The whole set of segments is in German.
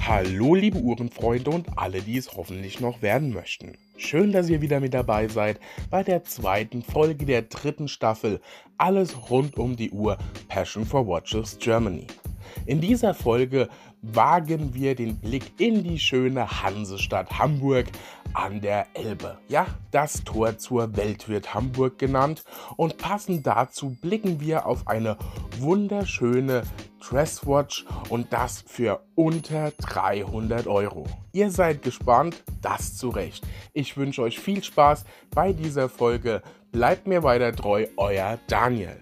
Hallo liebe Uhrenfreunde und alle, die es hoffentlich noch werden möchten. Schön, dass ihr wieder mit dabei seid bei der zweiten Folge der dritten Staffel Alles rund um die Uhr Passion for Watches Germany. In dieser Folge wagen wir den Blick in die schöne Hansestadt Hamburg an der Elbe. Ja, das Tor zur Welt wird Hamburg genannt und passend dazu blicken wir auf eine wunderschöne Dresswatch und das für unter 300 Euro. Ihr seid gespannt? Das zu Recht. Ich wünsche euch viel Spaß bei dieser Folge. Bleibt mir weiter treu, euer Daniel.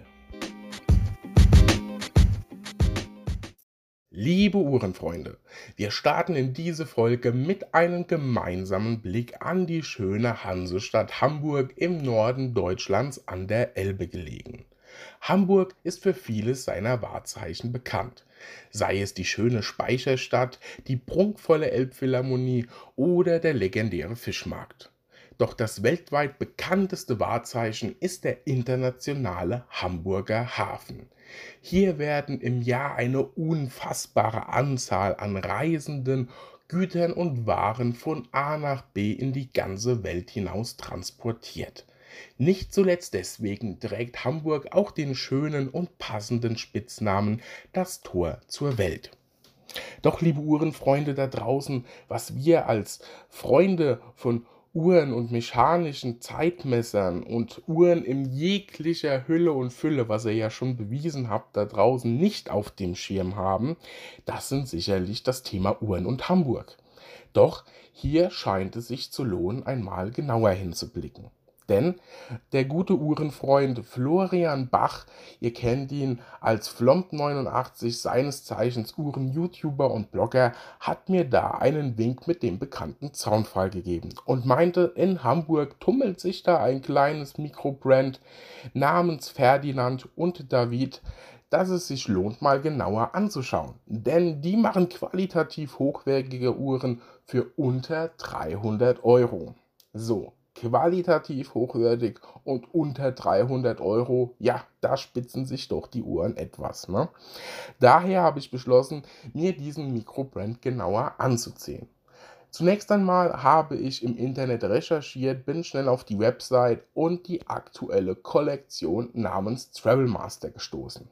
Liebe Uhrenfreunde, wir starten in diese Folge mit einem gemeinsamen Blick an die schöne Hansestadt Hamburg im Norden Deutschlands an der Elbe gelegen. Hamburg ist für vieles seiner Wahrzeichen bekannt, sei es die schöne Speicherstadt, die prunkvolle Elbphilharmonie oder der legendäre Fischmarkt. Doch das weltweit bekannteste Wahrzeichen ist der internationale Hamburger Hafen. Hier werden im Jahr eine unfassbare Anzahl an Reisenden, Gütern und Waren von A nach B in die ganze Welt hinaus transportiert. Nicht zuletzt deswegen trägt Hamburg auch den schönen und passenden Spitznamen das Tor zur Welt. Doch, liebe Uhrenfreunde da draußen, was wir als Freunde von Uhren und mechanischen Zeitmessern und Uhren in jeglicher Hülle und Fülle, was ihr ja schon bewiesen habt, da draußen nicht auf dem Schirm haben, das sind sicherlich das Thema Uhren und Hamburg. Doch hier scheint es sich zu lohnen, einmal genauer hinzublicken. Denn der gute Uhrenfreund Florian Bach, ihr kennt ihn als Flomp89, seines Zeichens Uhren-YouTuber und Blogger, hat mir da einen Wink mit dem bekannten Zaunpfahl gegeben und meinte, in Hamburg tummelt sich da ein kleines Mikrobrand namens Ferdinand und David, dass es sich lohnt, mal genauer anzuschauen. Denn die machen qualitativ hochwertige Uhren für unter 300 Euro. So, qualitativ hochwertig und unter 300 Euro, ja, da spitzen sich doch die Uhren etwas, ne? Daher habe ich beschlossen, mir diesen Mikrobrand genauer anzusehen. Zunächst einmal habe ich im Internet recherchiert, bin schnell auf die Website und die aktuelle Kollektion namens Travelmaster gestoßen.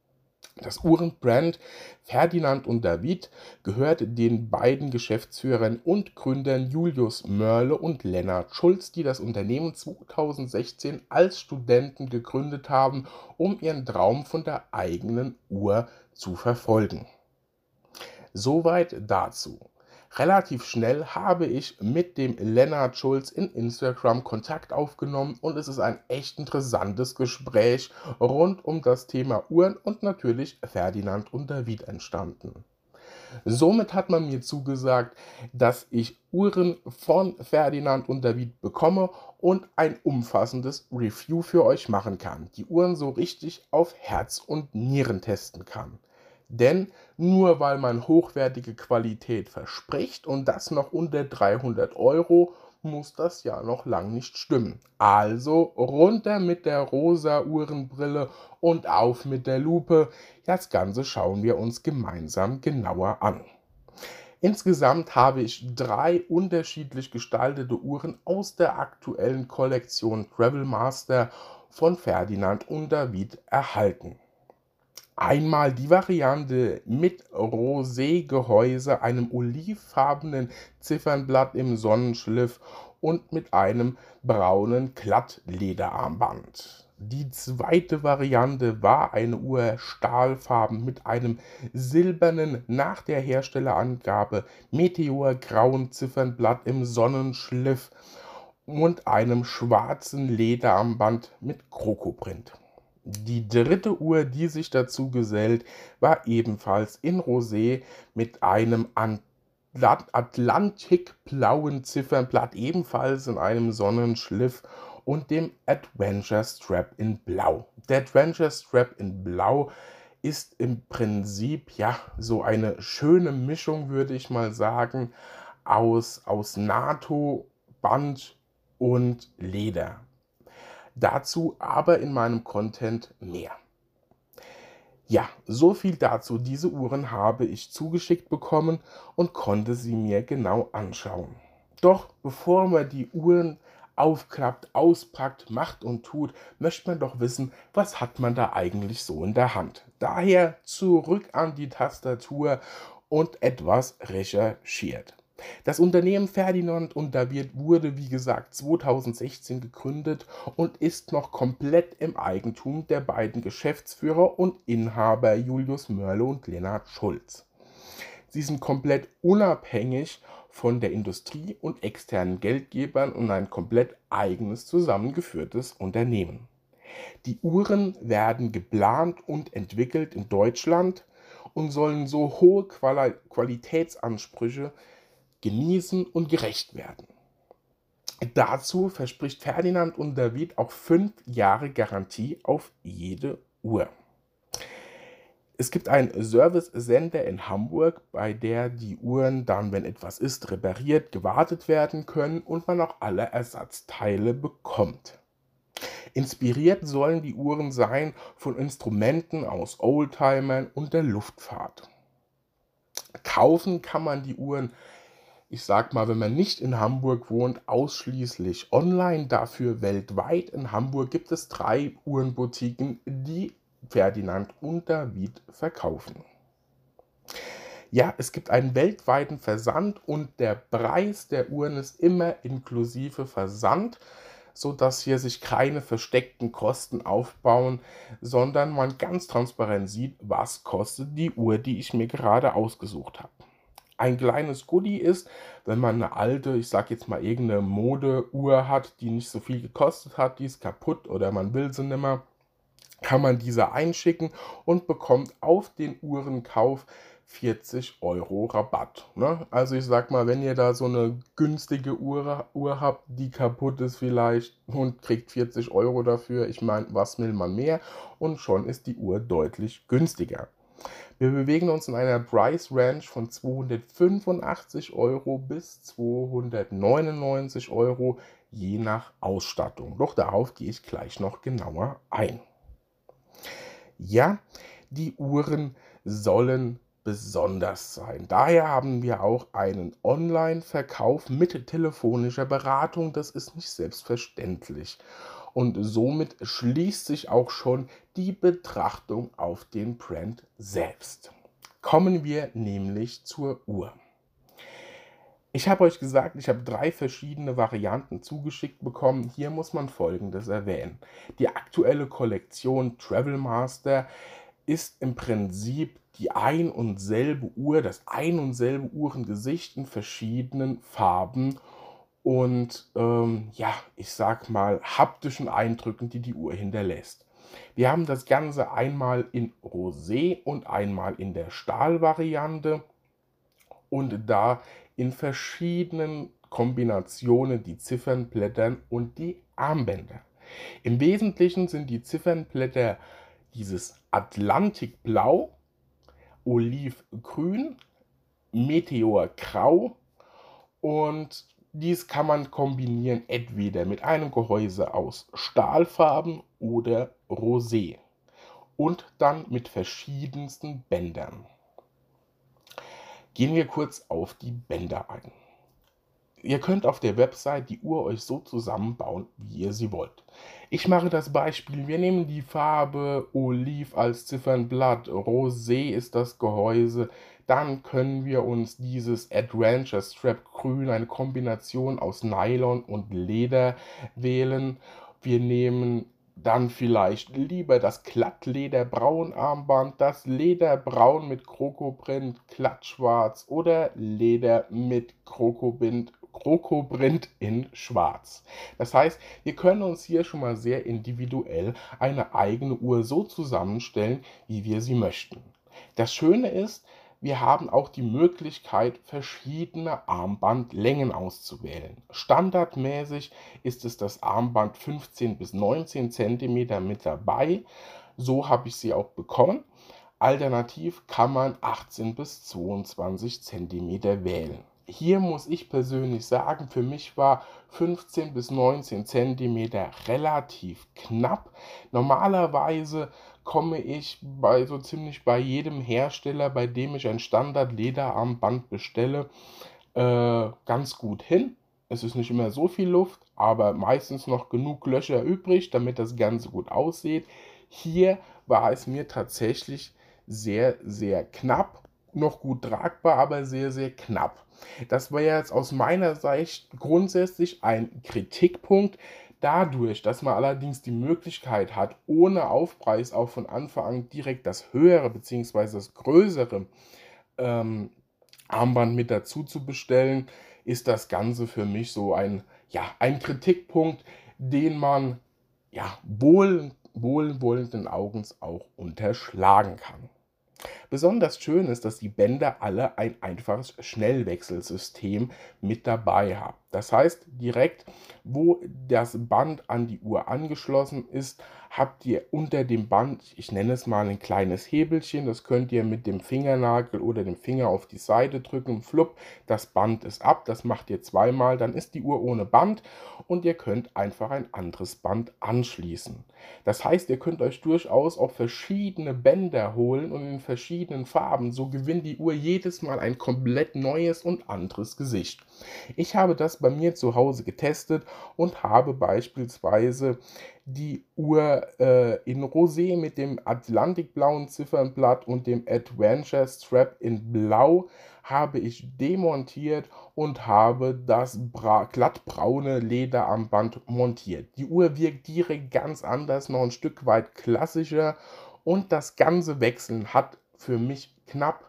Das Uhrenbrand Ferdinand und David gehört den beiden Geschäftsführern und Gründern Julius Mörle und Lennart Schulz, die das Unternehmen 2016 als Studenten gegründet haben, um ihren Traum von der eigenen Uhr zu verfolgen. Soweit dazu. Relativ schnell habe ich mit dem Lennart Schulz in Instagram Kontakt aufgenommen und es ist ein echt interessantes Gespräch rund um das Thema Uhren und natürlich Ferdinand und David entstanden. Somit hat man mir zugesagt, dass ich Uhren von Ferdinand und David bekomme und ein umfassendes Review für euch machen kann. Die Uhren so richtig auf Herz und Nieren testen kann. Denn nur weil man hochwertige Qualität verspricht und das noch unter 300 Euro, muss das ja noch lang nicht stimmen. Also runter mit der rosa Uhrenbrille und auf mit der Lupe. Das Ganze schauen wir uns gemeinsam genauer an. Insgesamt habe ich 3 unterschiedlich gestaltete Uhren aus der aktuellen Kollektion Travelmaster von Ferdinand und David erhalten. Einmal die Variante mit Rosé-Gehäuse, einem olivfarbenen Ziffernblatt im Sonnenschliff und mit einem braunen Glattlederarmband. Die zweite Variante war eine Uhr stahlfarben mit einem silbernen, nach der Herstellerangabe meteorgrauen Ziffernblatt im Sonnenschliff und einem schwarzen Lederarmband mit Krokoprint. Die dritte Uhr, die sich dazu gesellt, war ebenfalls in Rosé mit einem atlantikblauen Ziffernblatt, ebenfalls in einem Sonnenschliff und dem Adventure Strap in Blau. Der Adventure Strap in Blau ist im Prinzip ja so eine schöne Mischung, würde ich mal sagen, aus NATO, Band und Leder. Dazu aber in meinem Content mehr. Ja, so viel dazu. Diese Uhren habe ich zugeschickt bekommen und konnte sie mir genau anschauen. Doch bevor man die Uhren aufklappt, auspackt, macht und tut, möchte man doch wissen, was hat man da eigentlich so in der Hand. Daher zurück an die Tastatur und etwas recherchiert. Das Unternehmen Ferdinand und David wurde, wie gesagt, 2016 gegründet und ist noch komplett im Eigentum der beiden Geschäftsführer und Inhaber Julius Mörle und Lennart Schulz. Sie sind komplett unabhängig von der Industrie und externen Geldgebern und ein komplett eigenes zusammengeführtes Unternehmen. Die Uhren werden geplant und entwickelt in Deutschland und sollen so hohe Qualitätsansprüche genießen und gerecht werden. Dazu verspricht Ferdinand und David auch 5 Jahre Garantie auf jede Uhr. Es gibt einen Service-Center in Hamburg, bei der die Uhren dann, wenn etwas ist, repariert, gewartet werden können und man auch alle Ersatzteile bekommt. Inspiriert sollen die Uhren sein von Instrumenten aus Oldtimern und der Luftfahrt. Kaufen kann man die Uhren, ich sag mal, wenn man nicht in Hamburg wohnt, ausschließlich online. Dafür weltweit. In Hamburg gibt es 3 Uhrenboutiquen, die Ferdinand und David verkaufen. Ja, es gibt einen weltweiten Versand und der Preis der Uhren ist immer inklusive Versand, sodass hier sich keine versteckten Kosten aufbauen, sondern man ganz transparent sieht, was kostet die Uhr, die ich mir gerade ausgesucht habe. Ein kleines Goodie ist, wenn man eine alte, ich sage jetzt mal irgendeine Modeuhr hat, die nicht so viel gekostet hat, die ist kaputt oder man will sie nimmer, kann man diese einschicken und bekommt auf den Uhrenkauf 40 € Rabatt, ne? Also, ich sage mal, wenn ihr da so eine günstige Uhr habt, die kaputt ist vielleicht und kriegt 40 € dafür, ich meine, was will man mehr? Und schon ist die Uhr deutlich günstiger. Wir bewegen uns in einer Price Range von 285 € bis 299 € je nach Ausstattung. Doch darauf gehe ich gleich noch genauer ein. Ja, die Uhren sollen besonders sein. Daher haben wir auch einen Online-Verkauf mit telefonischer Beratung. Das ist nicht selbstverständlich. Und somit schließt sich auch schon die Betrachtung auf den Brand selbst. Kommen wir nämlich zur Uhr. Ich habe euch gesagt, ich habe 3 verschiedene Varianten zugeschickt bekommen. Hier muss man Folgendes erwähnen. Die aktuelle Kollektion Travel Master ist im Prinzip die ein und selbe Uhr, das ein und selbe Uhrengesicht in verschiedenen Farben und, ja, ich sage mal, haptischen Eindrücken, die die Uhr hinterlässt. Wir haben das Ganze einmal in Rosé und einmal in der Stahlvariante und da in verschiedenen Kombinationen die Ziffernblätter und die Armbänder. Im Wesentlichen sind die Ziffernblätter dieses Atlantikblau, Olivgrün, Meteorgrau und dies kann man kombinieren entweder mit einem Gehäuse aus Stahlfarben oder Rosé und dann mit verschiedensten Bändern. Gehen wir kurz auf die Bänder ein. Ihr könnt auf der Website die Uhr euch so zusammenbauen, wie ihr sie wollt. Ich mache das Beispiel. Wir nehmen die Farbe Oliv als Ziffernblatt, Rosé ist das Gehäuse. Dann können wir uns dieses Adventure Strap Grün, eine Kombination aus Nylon und Leder wählen. Wir nehmen dann vielleicht lieber das Glattlederbraun Armband, das Lederbraun mit Krokoprint, glattschwarz oder Leder mit Krokoprint in schwarz. Das heißt, wir können uns hier schon mal sehr individuell eine eigene Uhr so zusammenstellen, wie wir sie möchten. Das Schöne ist, wir haben auch die Möglichkeit, verschiedene Armbandlängen auszuwählen. Standardmäßig ist es das Armband 15 bis 19 Zentimeter mit dabei. So habe ich sie auch bekommen. Alternativ kann man 18 bis 22 Zentimeter wählen. Hier muss ich persönlich sagen, für mich war 15 bis 19 Zentimeter relativ knapp. Normalerweise komme ich bei so ziemlich bei jedem Hersteller, bei dem ich ein Standard-Lederarmband bestelle, ganz gut hin. Es ist nicht immer so viel Luft, aber meistens noch genug Löcher übrig, damit das Ganze gut aussieht. Hier war es mir tatsächlich sehr, sehr knapp, noch gut tragbar, aber sehr, sehr knapp. Das war jetzt aus meiner Sicht grundsätzlich ein Kritikpunkt. Dadurch, dass man allerdings die Möglichkeit hat, ohne Aufpreis auch von Anfang an direkt das höhere bzw. das größere ähm, Armband mit dazu zu bestellen, ist das Ganze für mich so ein Kritikpunkt, den man wohlwollenden Augens auch unterschlagen kann. Besonders schön ist, dass die Bänder alle ein einfaches Schnellwechselsystem mit dabei haben. Das heißt, direkt, wo das Band an die Uhr angeschlossen ist, habt ihr unter dem Band, ich nenne es mal ein kleines Hebelchen, das könnt ihr mit dem Fingernagel oder dem Finger auf die Seite drücken, flupp, das Band ist ab, das macht ihr zweimal, dann ist die Uhr ohne Band und ihr könnt einfach ein anderes Band anschließen. Das heißt, ihr könnt euch durchaus auch verschiedene Bänder holen und in verschiedenen Farben. So gewinnt die Uhr jedes Mal ein komplett neues und anderes Gesicht. Ich habe das bei mir zu Hause getestet und habe beispielsweise die Uhr in Rosé mit dem atlantikblauen Ziffernblatt und dem Adventure Strap in Blau habe ich demontiert und habe das glattbraune Lederarmband montiert. Die Uhr wirkt direkt ganz anders, noch ein Stück weit klassischer und das ganze Wechseln hat für mich knapp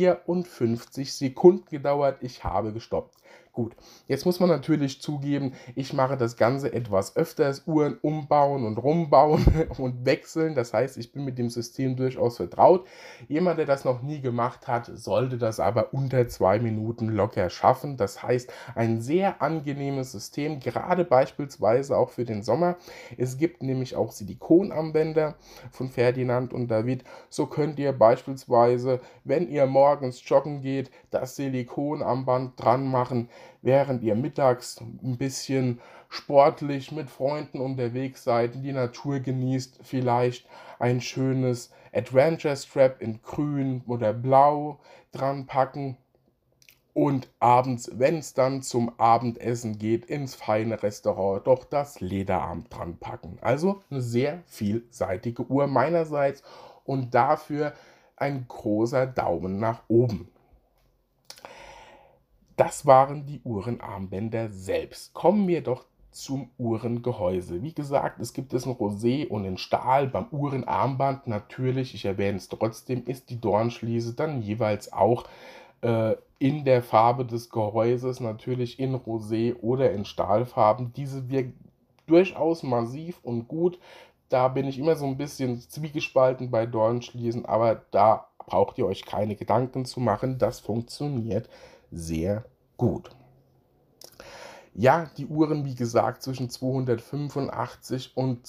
54 Sekunden gedauert. Ich habe gestoppt. Gut, jetzt muss man natürlich zugeben, ich mache das Ganze etwas öfters, Uhren umbauen und rumbauen und wechseln. Das heißt, ich bin mit dem System durchaus vertraut. Jemand, der das noch nie gemacht hat, sollte das aber unter 2 Minuten locker schaffen. Das heißt, ein sehr angenehmes System, gerade beispielsweise auch für den Sommer. Es gibt nämlich auch Silikonarmbänder von Ferdinand und David. So könnt ihr beispielsweise, wenn ihr morgens joggen geht, das Silikonarmband dran machen, während ihr mittags ein bisschen sportlich mit Freunden unterwegs seid, die Natur genießt, vielleicht ein schönes Adventure Strap in grün oder blau dran packen und abends, wenn es dann zum Abendessen geht, ins feine Restaurant doch das Lederarm dran packen. Also eine sehr vielseitige Uhr meinerseits und dafür ein großer Daumen nach oben. Das waren die Uhrenarmbänder selbst. Kommen wir doch zum Uhrengehäuse. Wie gesagt, es gibt es in Rosé und in Stahl. Beim Uhrenarmband natürlich, ich erwähne es trotzdem, ist die Dornschliese dann jeweils auch in der Farbe des Gehäuses, natürlich in Rosé oder in Stahlfarben. Diese wirkt durchaus massiv und gut. Da bin ich immer so ein bisschen zwiegespalten bei Dornschliesen, aber da braucht ihr euch keine Gedanken zu machen. Das funktioniert sehr gut. Ja, die Uhren, wie gesagt, zwischen 285 und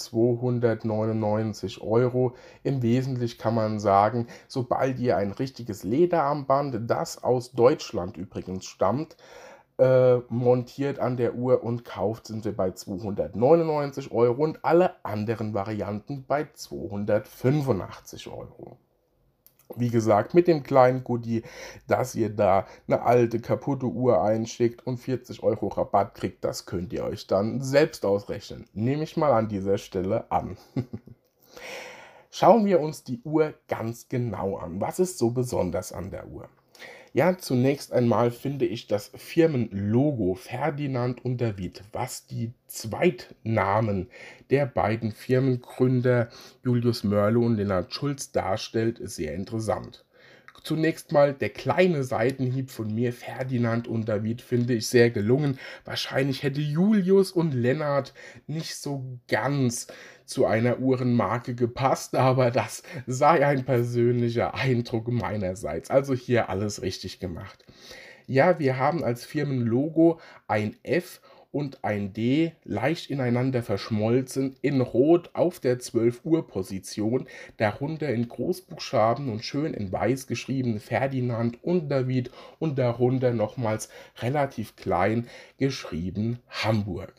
299 Euro. Im Wesentlichen kann man sagen, sobald ihr ein richtiges Lederarmband, das aus Deutschland übrigens stammt, montiert an der Uhr und kauft, sind wir bei 299 Euro und alle anderen Varianten bei 285 Euro. Wie gesagt, mit dem kleinen Goodie, dass ihr da eine alte, kaputte Uhr einschickt und 40 Euro Rabatt kriegt, das könnt ihr euch dann selbst ausrechnen. Nehme ich mal an dieser Stelle an. Schauen wir uns die Uhr ganz genau an. Was ist so besonders an der Uhr? Ja, zunächst einmal finde ich das Firmenlogo Ferdinand und David, was die Zweitnamen der beiden Firmengründer Julius Mörle und Lennart Schulz darstellt, ist sehr interessant. Zunächst mal der kleine Seitenhieb von mir, Ferdinand und David, finde ich sehr gelungen. Wahrscheinlich hätte Julius und Lennart nicht so ganz zu einer Uhrenmarke gepasst, aber das sei ein persönlicher Eindruck meinerseits. Also hier alles richtig gemacht. Ja, wir haben als Firmenlogo ein F und ein D leicht ineinander verschmolzen in Rot auf der 12 Uhr Position, darunter in Großbuchstaben und schön in weiß geschrieben Ferdinand und David und darunter nochmals relativ klein geschrieben Hamburg.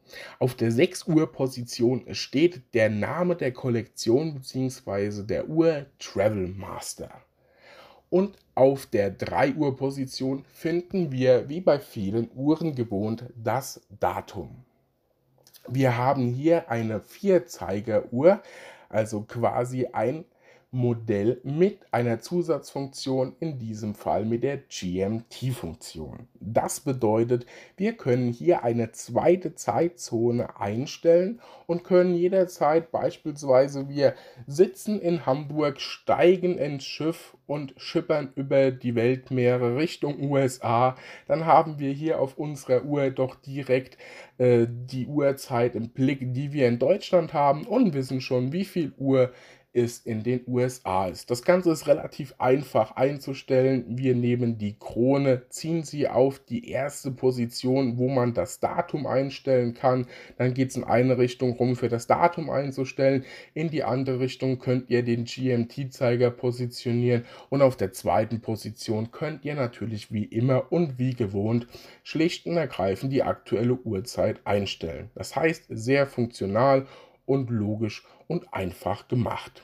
Auf der 6 Uhr Position steht der Name der Kollektion bzw. der Uhr Travel Master. Und auf der 3 Uhr Position finden wir, wie bei vielen Uhren gewohnt, das Datum. Wir haben hier eine Vierzeigeruhr, also quasi ein Modell mit einer Zusatzfunktion, in diesem Fall mit der GMT-Funktion. Das bedeutet, wir können hier eine zweite Zeitzone einstellen und können jederzeit, beispielsweise wir sitzen in Hamburg, steigen ins Schiff und schippern über die Weltmeere Richtung USA, dann haben wir hier auf unserer Uhr doch direkt die Uhrzeit im Blick, die wir in Deutschland haben, und wissen schon, wie viel Uhr es in den USA ist. Das Ganze ist relativ einfach einzustellen. Wir nehmen die Krone, ziehen sie auf die erste Position, wo man das Datum einstellen kann. Dann geht es in eine Richtung rum für das Datum einzustellen. In die andere Richtung könnt ihr den GMT-Zeiger positionieren und auf der zweiten Position könnt ihr natürlich wie immer und wie gewohnt schlicht und ergreifend die aktuelle Uhrzeit einstellen. Das heißt, sehr funktional und logisch und einfach gemacht.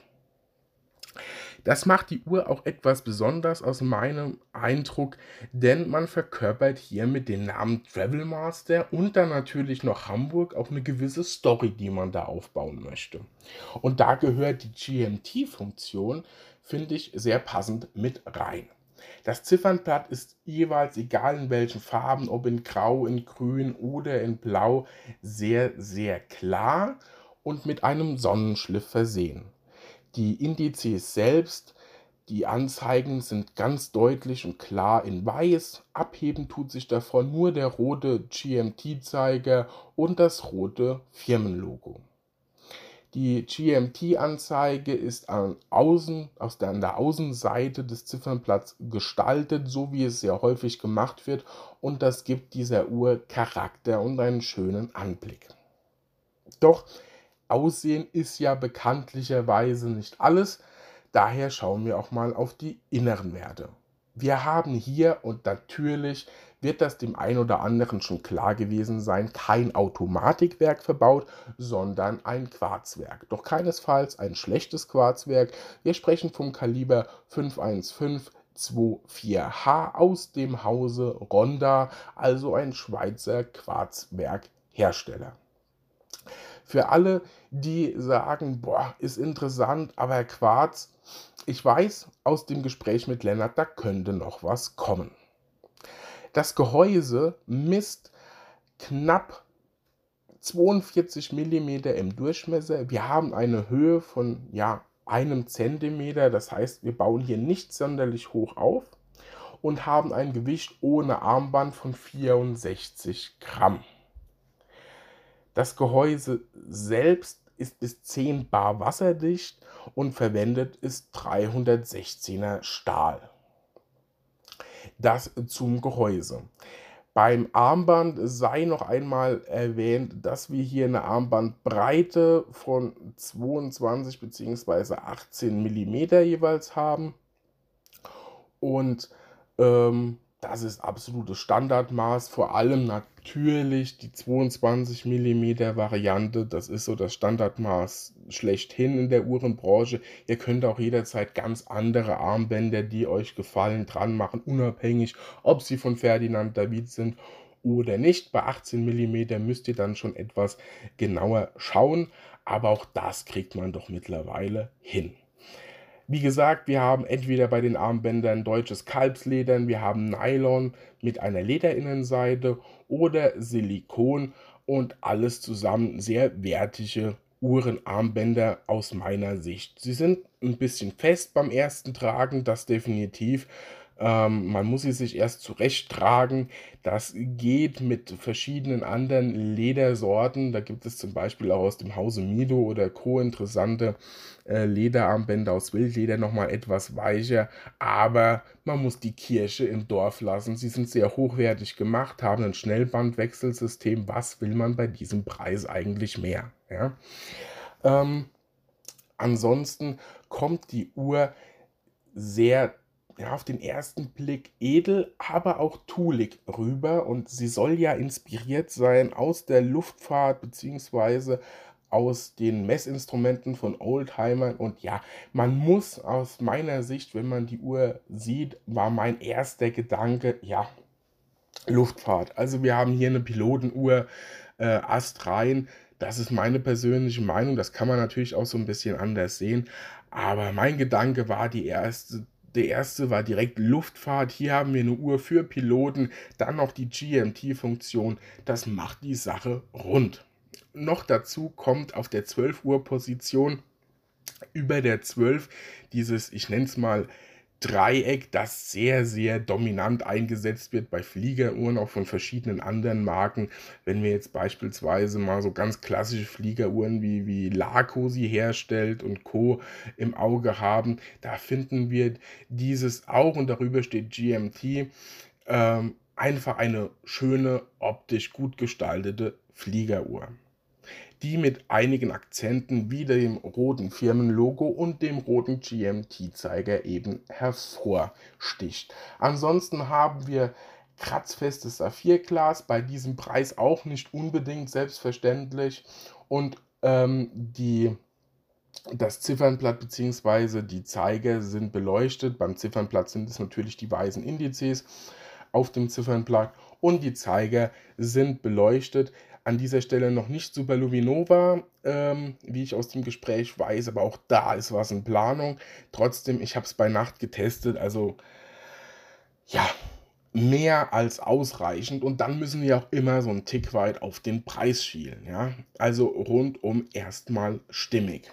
Das macht die Uhr auch etwas besonders aus meinem Eindruck, denn man verkörpert hier mit dem Namen Travel Master und dann natürlich noch Hamburg auch eine gewisse Story, die man da aufbauen möchte. Und da gehört die GMT-Funktion, finde ich, sehr passend mit rein. Das Ziffernblatt ist jeweils, egal in welchen Farben, ob in Grau, in Grün oder in Blau, sehr, sehr klar und mit einem Sonnenschliff versehen. Die Indizes selbst, die Anzeigen sind ganz deutlich und klar in weiß. Abheben tut sich davon nur der rote GMT-Zeiger und das rote Firmenlogo. Die GMT-Anzeige ist an der Außenseite des Ziffernblatts gestaltet, so wie es sehr häufig gemacht wird, und das gibt dieser Uhr Charakter und einen schönen Anblick. Doch Aussehen ist ja bekanntlicherweise nicht alles, daher schauen wir auch mal auf die inneren Werte. Wir haben hier, und natürlich wird das dem einen oder anderen schon klar gewesen sein, kein Automatikwerk verbaut, sondern ein Quarzwerk. Doch keinesfalls ein schlechtes Quarzwerk. Wir sprechen vom Kaliber 51524H aus dem Hause Ronda, also ein Schweizer Quarzwerkhersteller. Für alle, die sagen, boah, ist interessant, aber Quarz, ich weiß aus dem Gespräch mit Lennart, da könnte noch was kommen. Das Gehäuse misst knapp 42 Millimeter im Durchmesser. Wir haben eine Höhe von einem Zentimeter, das heißt, wir bauen hier nicht sonderlich hoch auf und haben ein Gewicht ohne Armband von 64 Gramm. Das Gehäuse selbst ist bis 10 bar wasserdicht und verwendet ist 316er Stahl. Das zum Gehäuse. Beim Armband sei noch einmal erwähnt, dass wir hier eine Armbandbreite von 22 bzw. 18 Millimeter jeweils haben. Und das ist absolutes Standardmaß, vor allem natürlich die 22 Millimeter Variante. Das ist so das Standardmaß schlechthin in der Uhrenbranche. Ihr könnt auch jederzeit ganz andere Armbänder, die euch gefallen, dran machen, unabhängig, ob sie von Ferdinand David sind oder nicht. Bei 18 Millimeter müsst ihr dann schon etwas genauer schauen, aber auch das kriegt man doch mittlerweile hin. Wie gesagt, wir haben entweder bei den Armbändern deutsches Kalbsleder, wir haben Nylon mit einer Lederinnenseite oder Silikon, und alles zusammen sehr wertige Uhrenarmbänder aus meiner Sicht. Sie sind ein bisschen fest beim ersten Tragen, das definitiv. Man muss sie sich erst zurechttragen. Das geht mit verschiedenen anderen Ledersorten. Da gibt es zum Beispiel auch aus dem Hause Mido oder Co. interessante Lederarmbänder aus Wildleder, nochmal etwas weicher. Aber man muss die Kirche im Dorf lassen. Sie sind sehr hochwertig gemacht, haben ein Schnellbandwechselsystem. Was will man bei diesem Preis eigentlich mehr? Ja? Ansonsten kommt die Uhr sehr ja, auf den ersten Blick edel, aber auch toolig rüber und sie soll ja inspiriert sein aus der Luftfahrt beziehungsweise aus den Messinstrumenten von Oldtimern und ja, man muss aus meiner Sicht, wenn man die Uhr sieht, war mein erster Gedanke, ja, Luftfahrt. Also, wir haben hier eine Pilotenuhr, astrein. Das ist meine persönliche Meinung. Das kann man natürlich auch so ein bisschen anders sehen, aber mein Gedanke war der erste war direkt Luftfahrt. Hier haben wir eine Uhr für Piloten, dann noch die GMT-Funktion. Das macht die Sache rund. Noch dazu kommt auf der 12 Uhr Position über der 12 dieses, ich nenne es mal, Dreieck, das sehr, sehr dominant eingesetzt wird bei Fliegeruhren, auch von verschiedenen anderen Marken. Wenn wir jetzt beispielsweise mal so ganz klassische Fliegeruhren wie Laco sie herstellt und Co. im Auge haben, da finden wir dieses auch und darüber steht GMT. Einfach eine schöne, optisch gut gestaltete Fliegeruhr, die mit einigen Akzenten wie dem roten Firmenlogo und dem roten GMT-Zeiger eben hervorsticht. Ansonsten haben wir kratzfestes Saphirglas, bei diesem Preis auch nicht unbedingt selbstverständlich und das Ziffernblatt bzw. die Zeiger sind beleuchtet. Beim Ziffernblatt sind es natürlich die weißen Indizes auf dem Ziffernblatt und die Zeiger sind beleuchtet. An dieser Stelle noch nicht Superluminova, wie ich aus dem Gespräch weiß, aber auch da ist was in Planung. Trotzdem, ich habe es bei Nacht getestet, also ja, mehr als ausreichend und dann müssen wir auch immer so 'n Tick weit auf den Preis schielen, ja? Also rundum erstmal stimmig.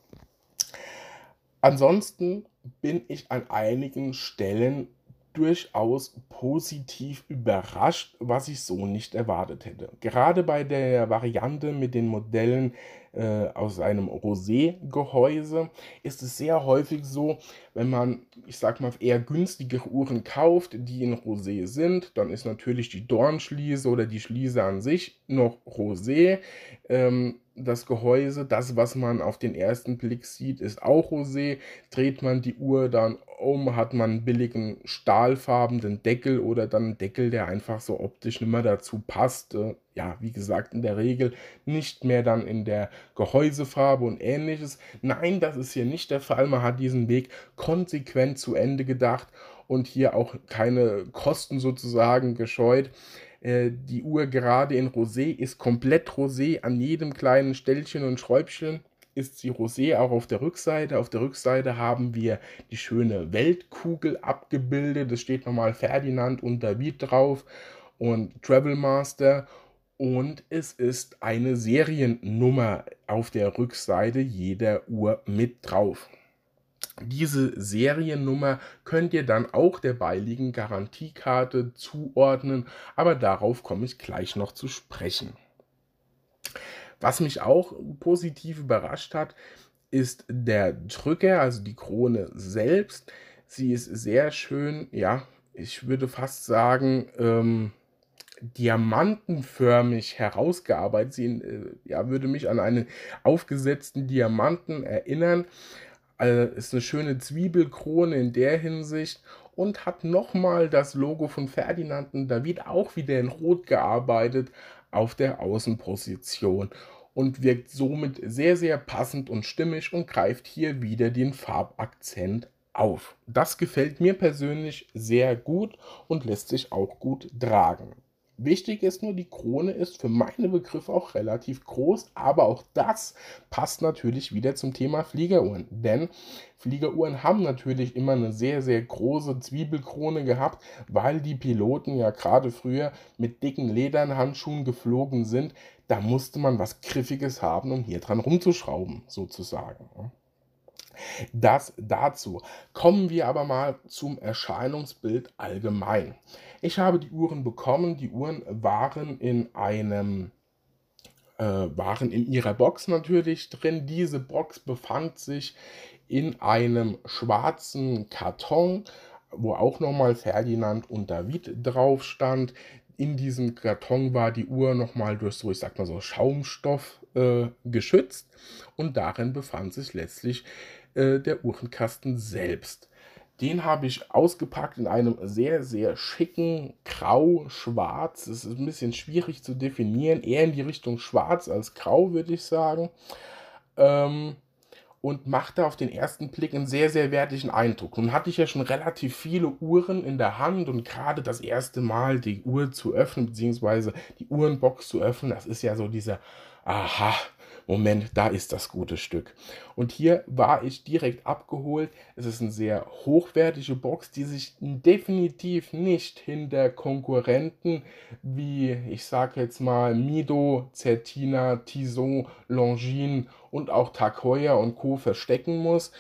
Ansonsten bin ich an einigen Stellen durchaus positiv überrascht, was ich so nicht erwartet hätte. Gerade bei der Variante mit den Modellen, aus einem Rosé-Gehäuse ist es sehr häufig so, wenn man, ich sage mal, eher günstigere Uhren kauft, die in Rosé sind, dann ist natürlich die Dornschliese oder die Schließe an sich noch Rosé. Das Gehäuse, das, was man auf den ersten Blick sieht, ist auch Rosé. Dreht man die Uhr dann um, hat man 'n billigen stahlfarbenen Deckel oder dann 'n Deckel, der einfach so optisch nicht mehr dazu passt. Ja, wie gesagt, in der Regel nicht mehr dann in der Gehäusefarbe und Ähnliches. Nein, das ist hier nicht der Fall. Man hat diesen Weg konsequent zu Ende gedacht und hier auch keine Kosten sozusagen gescheut. Die Uhr gerade in Rosé ist komplett Rosé. An jedem kleinen Stellchen und Schräubchen ist sie Rosé, auch auf der Rückseite. Auf der Rückseite haben wir die schöne Weltkugel abgebildet. Es steht nochmal Ferdinand und David drauf und Travel Master. Und es ist eine Seriennummer auf der Rückseite jeder Uhr mit drauf. Diese Seriennummer könnt ihr dann auch der beiliegenden Garantiekarte zuordnen, aber darauf komme ich gleich noch zu sprechen. Was mich auch positiv überrascht hat, ist der Drücker, also die Krone selbst. Sie ist sehr schön, ja, ich würde fast sagen, diamantenförmig herausgearbeitet. Sie, ja, würde mich an einen aufgesetzten Diamanten erinnern. Ist eine schöne Zwiebelkrone in der Hinsicht und hat nochmal das Logo von Ferdinand und David auch wieder in Rot gearbeitet auf der Außenposition und wirkt somit sehr, sehr passend und stimmig und greift hier wieder den Farbakzent auf. Das gefällt mir persönlich sehr gut und lässt sich auch gut tragen. Wichtig ist nur, die Krone ist für meine Begriffe auch relativ groß, aber auch das passt natürlich wieder zum Thema Fliegeruhren, denn Fliegeruhren haben natürlich immer eine sehr, sehr große Zwiebelkrone gehabt, weil die Piloten ja gerade früher mit dicken Lederhandschuhen geflogen sind. Da musste man was Griffiges haben, um hier dran rumzuschrauben sozusagen, ne? Das dazu. Kommen wir aber mal zum Erscheinungsbild allgemein. Ich habe die Uhren bekommen. Die Uhren waren in ihrer Box natürlich drin. Diese Box befand sich in einem schwarzen Karton, wo auch nochmal Ferdinand und David drauf stand. In diesem Karton war die Uhr nochmal durch so, ich sag mal so, Schaumstoff geschützt und darin befand sich letztlich der Uhrenkasten selbst. Den habe ich ausgepackt in einem sehr, sehr schicken Grau-Schwarz. Es ist ein bisschen schwierig zu definieren, eher in die Richtung Schwarz als Grau, würde ich sagen. Ähm, und machte auf den ersten Blick einen sehr, sehr wertigen Eindruck. Nun hatte ich ja schon relativ viele Uhren in der Hand und gerade das erste Mal die Uhr zu öffnen, beziehungsweise die Uhrenbox zu öffnen, das ist ja so dieser „Aha, Moment, da ist das gute Stück." Und hier war ich direkt abgeholt. Es ist eine sehr hochwertige Box, die sich definitiv nicht hinter Konkurrenten wie, ich sage jetzt mal, Mido, Certina, Tissot, Longines und auch Tag Heuer und Co. verstecken muss.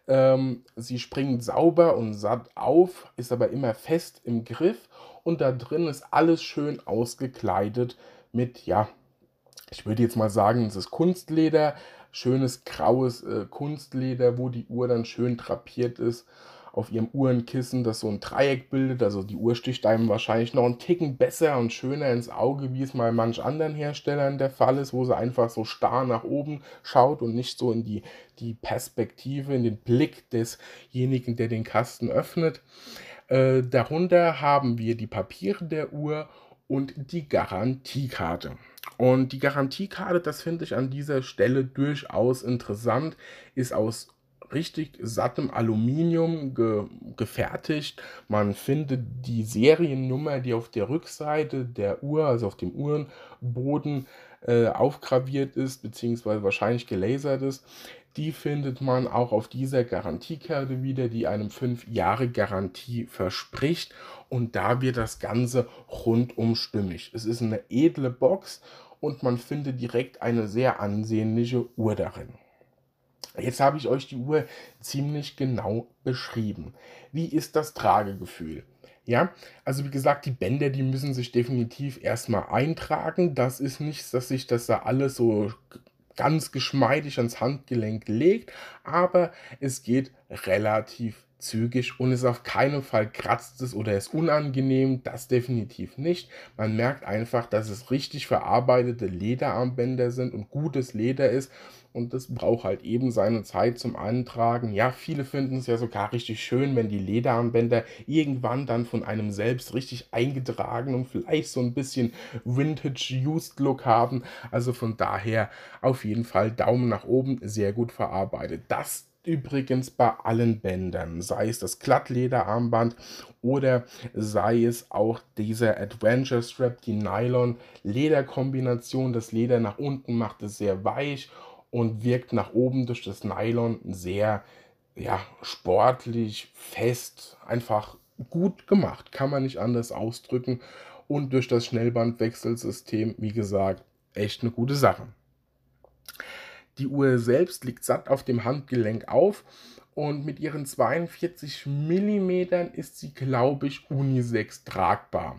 Sie springt sauber und satt auf, ist aber immer fest im Griff und da drin ist alles schön ausgekleidet mit, ja, ich würde jetzt mal sagen, es ist Kunstleder, schönes graues Kunstleder, wo die Uhr dann schön drapiert ist auf ihrem Uhrenkissen, das so ein Dreieck bildet. Also die Uhr sticht einem wahrscheinlich noch einen Ticken besser und schöner ins Auge, wie es bei manch anderen Herstellern der Fall ist, wo sie einfach so starr nach oben schaut und nicht so in die Perspektive, in den Blick desjenigen, der den Kasten öffnet. Darunter haben wir die Papiere der Uhr und die Garantiekarte. Und die Garantiekarte, das finde ich an dieser Stelle durchaus interessant, ist aus richtig sattem Aluminium gefertigt. Man findet die Seriennummer, die auf der Rückseite der Uhr, also auf dem Uhrenboden, aufgraviert ist, beziehungsweise wahrscheinlich gelasert ist. Die findet man auch auf dieser Garantiekarte wieder, die einem 5 Jahre Garantie verspricht. Und da wird das Ganze rundum stimmig. Es ist eine edle Box und man findet direkt eine sehr ansehnliche Uhr darin. Jetzt habe ich euch die Uhr ziemlich genau beschrieben. Wie ist das Tragegefühl? Ja, also wie gesagt, die Bänder, die müssen sich definitiv erstmal eintragen. Das ist nichts, dass sich das da alles so ganz geschmeidig ans Handgelenk legt, aber es geht relativ zügig und ist auf keinen Fall kratzt es oder ist unangenehm, das definitiv nicht. Man merkt einfach, dass es richtig verarbeitete Lederarmbänder sind und gutes Leder ist und das braucht halt eben seine Zeit zum Eintragen. Ja, viele finden es ja sogar richtig schön, wenn die Lederarmbänder irgendwann dann von einem selbst richtig eingetragen und vielleicht so ein bisschen Vintage-Used-Look haben. Also von daher auf jeden Fall Daumen nach oben, sehr gut verarbeitet. Das übrigens bei allen Bändern, sei es das Glattlederarmband oder sei es auch dieser Adventure Strap, die Nylon-Leder-Kombination. Das Leder nach unten macht es sehr weich und wirkt nach oben durch das Nylon sehr, ja, sportlich, fest, einfach gut gemacht, kann man nicht anders ausdrücken. Und durch das Schnellbandwechselsystem, wie gesagt, echt eine gute Sache. Die Uhr selbst liegt satt auf dem Handgelenk auf und mit ihren 42 Millimetern ist sie, glaube ich, unisex tragbar.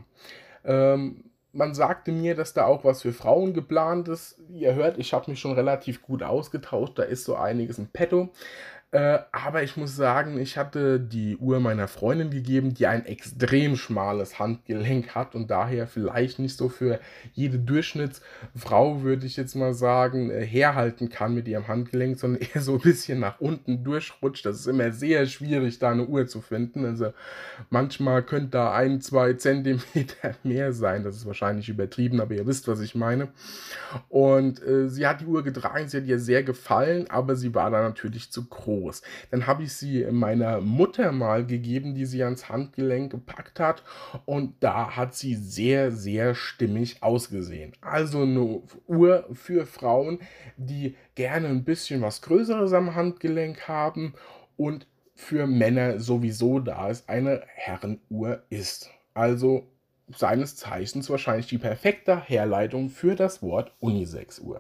Man sagte mir, dass da auch was für Frauen geplant ist. Ihr hört, ich habe mich schon relativ gut ausgetauscht, da ist so einiges in petto. Aber ich muss sagen, ich hatte die Uhr meiner Freundin gegeben, die ein extrem schmales Handgelenk hat und daher vielleicht nicht so für jede Durchschnittsfrau, würde ich jetzt mal sagen, herhalten kann mit ihrem Handgelenk, sondern eher so ein bisschen nach unten durchrutscht. Das ist immer sehr schwierig, da eine Uhr zu finden. Also manchmal könnte da 1, 2 Zentimeter mehr sein. Das ist wahrscheinlich übertrieben, aber ihr wisst, was ich meine. Und sie hat die Uhr getragen, sie hat ihr sehr gefallen, aber sie war da natürlich zu groß. Dann habe ich sie meiner Mutter mal gegeben, die sie ans Handgelenk gepackt hat. Und da hat sie sehr, sehr stimmig ausgesehen. Also eine Uhr für Frauen, die gerne ein bisschen was Größeres am Handgelenk haben und für Männer sowieso, da es eine Herrenuhr ist. Also seines Zeichens wahrscheinlich die perfekte Herleitung für das Wort Unisex-Uhr.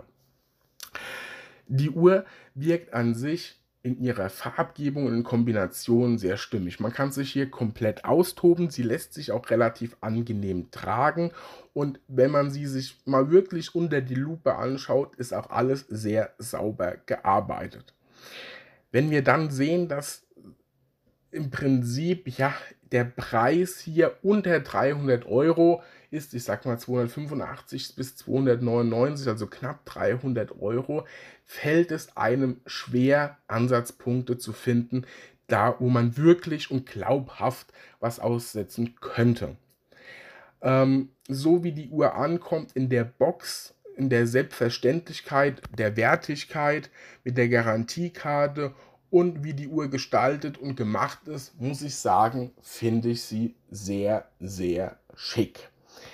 Die Uhr wirkt an sich in ihrer Farbgebung und in Kombination sehr stimmig. Man kann sich hier komplett austoben. Sie lässt sich auch relativ angenehm tragen. Und wenn man sie sich mal wirklich unter die Lupe anschaut, ist auch alles sehr sauber gearbeitet. Wenn wir dann sehen, dass im Prinzip, ja, der Preis hier unter 300 € ist, ich sag mal 285 bis 299, also knapp 300 €, fällt es einem schwer, Ansatzpunkte zu finden, da, wo man wirklich und glaubhaft was aussetzen könnte. So wie die Uhr ankommt in der Box, in der Selbstverständlichkeit, der Wertigkeit, mit der Garantiekarte und wie die Uhr gestaltet und gemacht ist, muss ich sagen, finde ich sie sehr, sehr schick.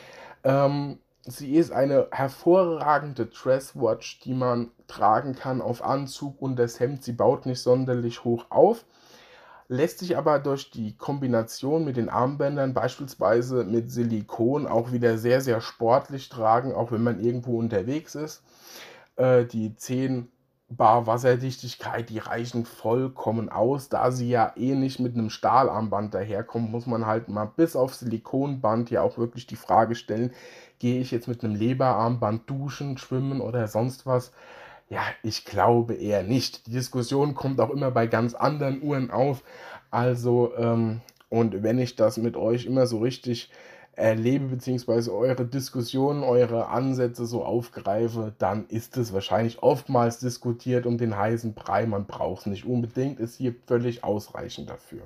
Sie ist eine hervorragende Dresswatch, die man tragen kann auf Anzug und das Hemd. Sie baut nicht sonderlich hoch auf, lässt sich aber durch die Kombination mit den Armbändern, beispielsweise mit Silikon, auch wieder sehr, sehr sportlich tragen, auch wenn man irgendwo unterwegs ist. Die 10 Bar Wasserdichtigkeit, die reichen vollkommen aus. Da sie ja eh nicht mit einem Stahlarmband daherkommt, muss man halt mal bis auf Silikonband ja auch wirklich die Frage stellen: Gehe ich jetzt mit einem Leberarmband duschen, schwimmen oder sonst was? Ja, ich glaube eher nicht. Die Diskussion kommt auch immer bei ganz anderen Uhren auf. Also, und wenn ich das mit euch immer so richtig erlebe, beziehungsweise eure Diskussionen, eure Ansätze so aufgreife, dann ist es wahrscheinlich oftmals diskutiert um den heißen Brei. Man braucht es nicht unbedingt, ist hier völlig ausreichend dafür.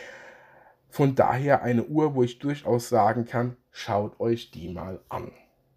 Von daher eine Uhr, wo ich durchaus sagen kann, schaut euch die mal an.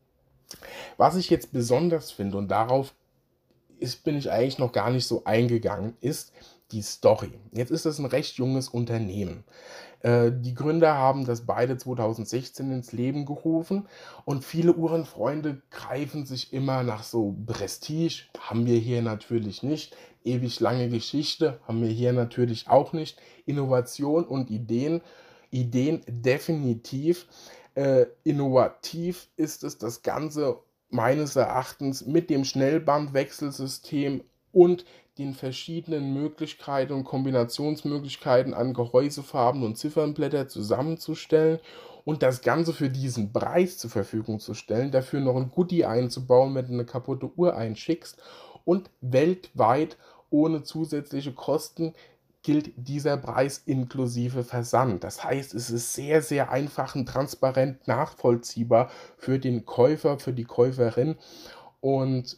Was ich jetzt besonders finde, und darauf bin ich eigentlich noch gar nicht so eingegangen, ist die Story. Jetzt ist es ein recht junges Unternehmen. Die Gründer haben das beide 2016 ins Leben gerufen und viele Uhrenfreunde greifen sich immer nach so Prestige. Haben wir hier natürlich nicht. Ewig lange Geschichte haben wir hier natürlich auch nicht. Innovation und Ideen definitiv. Innovativ ist es das Ganze meines Erachtens mit dem Schnellbandwechselsystem und den verschiedenen Möglichkeiten und Kombinationsmöglichkeiten an Gehäusefarben und Ziffernblätter zusammenzustellen und das Ganze für diesen Preis zur Verfügung zu stellen, dafür noch ein Goodie einzubauen, wenn du eine kaputte Uhr einschickst, und weltweit ohne zusätzliche Kosten gilt dieser Preis inklusive Versand. Das heißt, es ist sehr, sehr einfach und transparent nachvollziehbar für den Käufer, für die Käuferin, und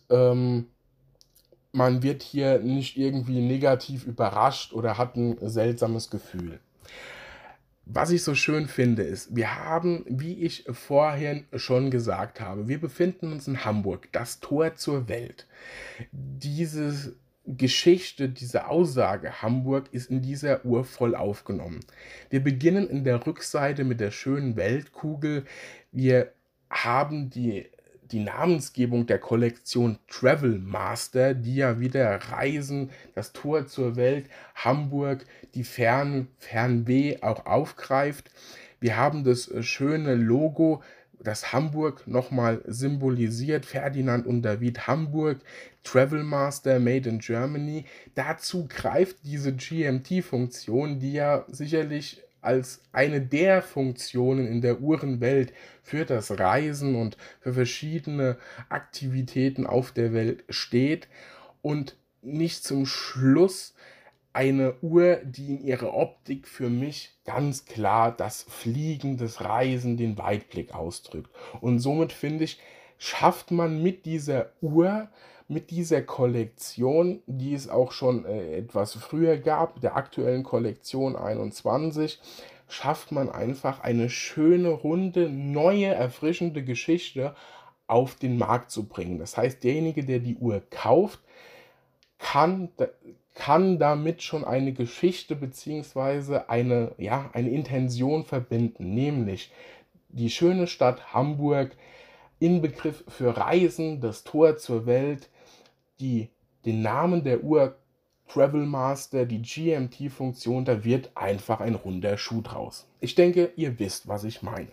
man wird hier nicht irgendwie negativ überrascht oder hat ein seltsames Gefühl. Was ich so schön finde, ist, wir haben, wie ich vorhin schon gesagt habe, wir befinden uns in Hamburg, das Tor zur Welt. Diese Geschichte, diese Aussage Hamburg ist in dieser Uhr voll aufgenommen. Wir beginnen in der Rückseite mit der schönen Weltkugel. Wir haben die Namensgebung der Kollektion Travel Master, die ja wieder Reisen, das Tor zur Welt, Hamburg, die Fernweh auch aufgreift. Wir haben das schöne Logo, das Hamburg nochmal symbolisiert, Ferdinand und David Hamburg, Travel Master Made in Germany. Dazu greift diese GMT-Funktion, die ja sicherlich als eine der Funktionen in der Uhrenwelt für das Reisen und für verschiedene Aktivitäten auf der Welt steht, und nicht zum Schluss eine Uhr, die in ihrer Optik für mich ganz klar das Fliegen, das Reisen, den Weitblick ausdrückt. Und somit finde ich, schafft man mit dieser Uhr, mit dieser Kollektion, die es auch schon etwas früher gab, der aktuellen Kollektion 21, schafft man einfach eine schöne, runde, neue, erfrischende Geschichte auf den Markt zu bringen. Das heißt, derjenige, der die Uhr kauft, kann, kann damit schon eine Geschichte beziehungsweise eine Intention verbinden, nämlich die schöne Stadt Hamburg, Inbegriff für Reisen, das Tor zur Welt, den Namen der Uhr Travel Master, die GMT-Funktion, da wird einfach ein runder Schuh draus. Ich denke, ihr wisst, was ich meine.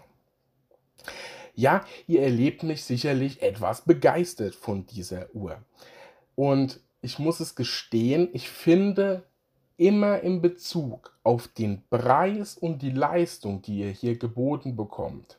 Ja, ihr erlebt mich sicherlich etwas begeistert von dieser Uhr. Und ich muss es gestehen, ich finde immer in Bezug auf den Preis und die Leistung, die ihr hier geboten bekommt,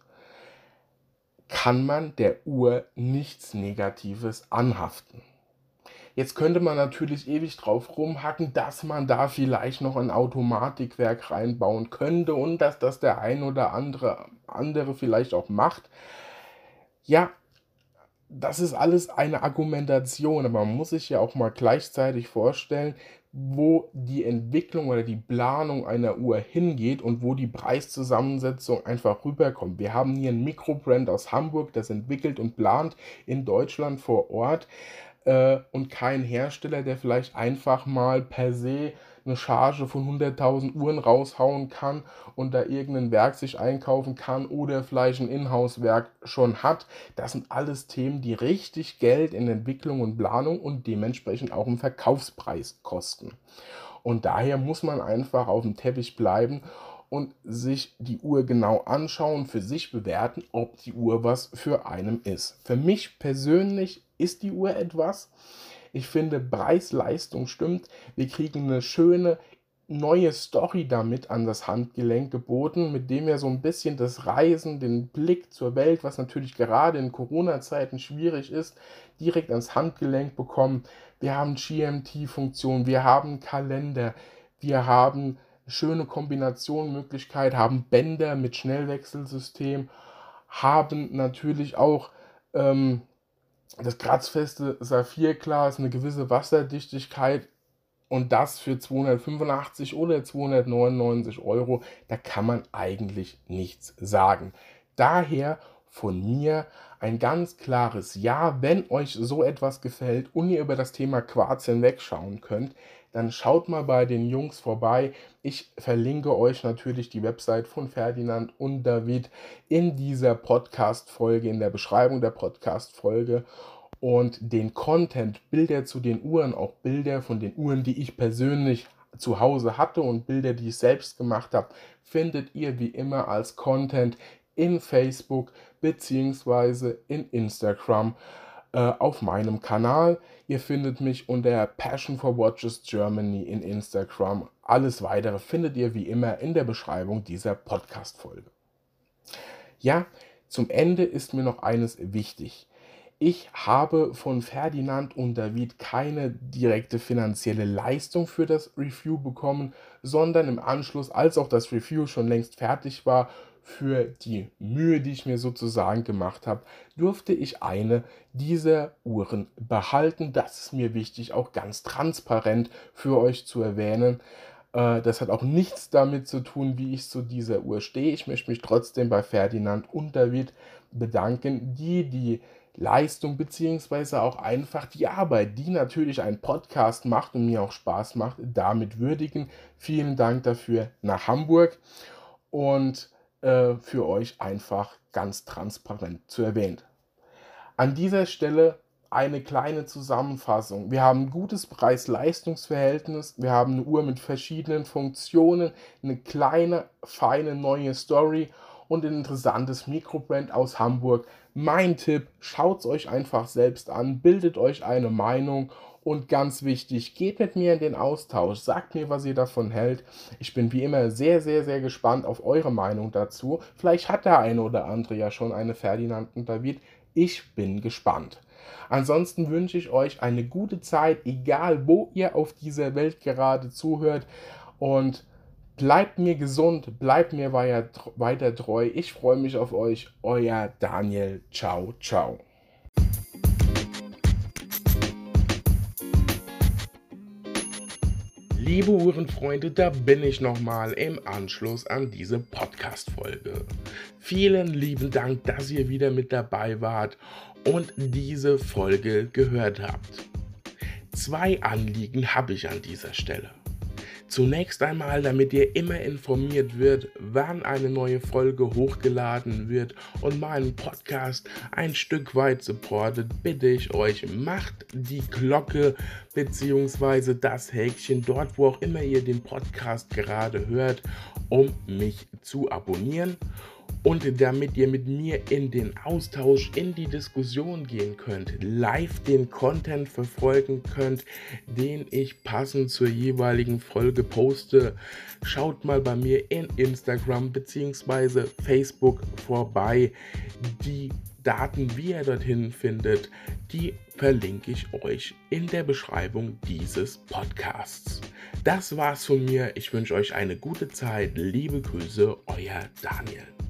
kann man der Uhr nichts Negatives anhaften. Jetzt könnte man natürlich ewig drauf rumhacken, dass man da vielleicht noch ein Automatikwerk reinbauen könnte und dass das der ein oder andere vielleicht auch macht. Ja, das ist alles eine Argumentation, aber man muss sich ja auch mal gleichzeitig vorstellen, wo die Entwicklung oder die Planung einer Uhr hingeht und wo die Preiszusammensetzung einfach rüberkommt. Wir haben hier ein Mikrobrand aus Hamburg, das entwickelt und plant in Deutschland vor Ort, und kein Hersteller, der vielleicht einfach mal per se eine Charge von 100.000 Uhren raushauen kann und da irgendein Werk sich einkaufen kann oder vielleicht ein Inhouse-Werk schon hat. Das sind alles Themen, die richtig Geld in Entwicklung und Planung und dementsprechend auch im Verkaufspreis kosten. Und daher muss man einfach auf dem Teppich bleiben und sich die Uhr genau anschauen, für sich bewerten, ob die Uhr was für einen ist. Für mich persönlich ist die Uhr etwas. Ich finde, Preis-Leistung stimmt. Wir kriegen eine schöne neue Story damit an das Handgelenk geboten, mit dem wir so ein bisschen das Reisen, den Blick zur Welt, was natürlich gerade in Corona-Zeiten schwierig ist, direkt ans Handgelenk bekommen. Wir haben GMT-Funktion, wir haben Kalender, wir haben schöne Kombinationenmöglichkeit, haben Bänder mit Schnellwechselsystem, haben natürlich auch das kratzfeste Saphirglas, eine gewisse Wasserdichtigkeit und das für 285 oder 299 €. Da kann man eigentlich nichts sagen. Daher von mir ein ganz klares Ja. Wenn euch so etwas gefällt und ihr über das Thema Quarz hinwegschauen könnt, dann schaut mal bei den Jungs vorbei. Ich verlinke euch natürlich die Website von Ferdinand und David in dieser Podcast-Folge, in der Beschreibung der Podcast-Folge. Und den Content, Bilder zu den Uhren, auch Bilder von den Uhren, die ich persönlich zu Hause hatte und Bilder, die ich selbst gemacht habe, findet ihr wie immer als Content in Facebook beziehungsweise in Instagram auf meinem Kanal. Ihr findet mich unter Passion for Watches Germany in Instagram. Alles weitere findet ihr wie immer in der Beschreibung dieser Podcast-Folge. Ja, zum Ende ist mir noch eines wichtig. Ich habe von Ferdinand und David keine direkte finanzielle Leistung für das Review bekommen, sondern im Anschluss, als auch das Review schon längst fertig war, für die Mühe, die ich mir sozusagen gemacht habe, durfte ich eine dieser Uhren behalten. Das ist mir wichtig, auch ganz transparent für euch zu erwähnen. Das hat auch nichts damit zu tun, wie ich zu dieser Uhr stehe. Ich möchte mich trotzdem bei Ferdinand und David bedanken, die Leistung beziehungsweise auch einfach die Arbeit, die natürlich ein Podcast macht und mir auch Spaß macht, damit würdigen. Vielen Dank dafür nach Hamburg und für euch einfach ganz transparent zu erwähnen. An dieser Stelle eine kleine Zusammenfassung. Wir haben ein gutes Preis-Leistungs-Verhältnis, wir haben eine Uhr mit verschiedenen Funktionen, eine kleine, feine neue Story und ein interessantes Mikrobrand aus Hamburg. Mein Tipp, schaut es euch einfach selbst an, bildet euch eine Meinung und ganz wichtig, geht mit mir in den Austausch, sagt mir, was ihr davon hält. Ich bin wie immer sehr, sehr, sehr gespannt auf eure Meinung dazu. Vielleicht hat der eine oder andere ja schon eine Ferdinand und David. Ich bin gespannt. Ansonsten wünsche ich euch eine gute Zeit, egal wo ihr auf dieser Welt gerade zuhört, und bleibt mir gesund, bleibt mir weiter treu. Ich freue mich auf euch. Euer Daniel. Ciao, ciao. Liebe Uhrenfreunde, da bin ich nochmal im Anschluss an diese Podcast-Folge. Vielen lieben Dank, dass ihr wieder mit dabei wart und diese Folge gehört habt. 2 Anliegen habe ich an dieser Stelle. Zunächst einmal, damit ihr immer informiert wird, wann eine neue Folge hochgeladen wird und meinen Podcast ein Stück weit supportet, bitte ich euch, macht die Glocke bzw. das Häkchen dort, wo auch immer ihr den Podcast gerade hört, um mich zu abonnieren. Und damit ihr mit mir in den Austausch, in die Diskussion gehen könnt, live den Content verfolgen könnt, den ich passend zur jeweiligen Folge poste, schaut mal bei mir in Instagram bzw. Facebook vorbei. Die Daten, wie ihr dorthin findet, die verlinke ich euch in der Beschreibung dieses Podcasts. Das war's von mir. Ich wünsche euch eine gute Zeit. Liebe Grüße, euer Daniel.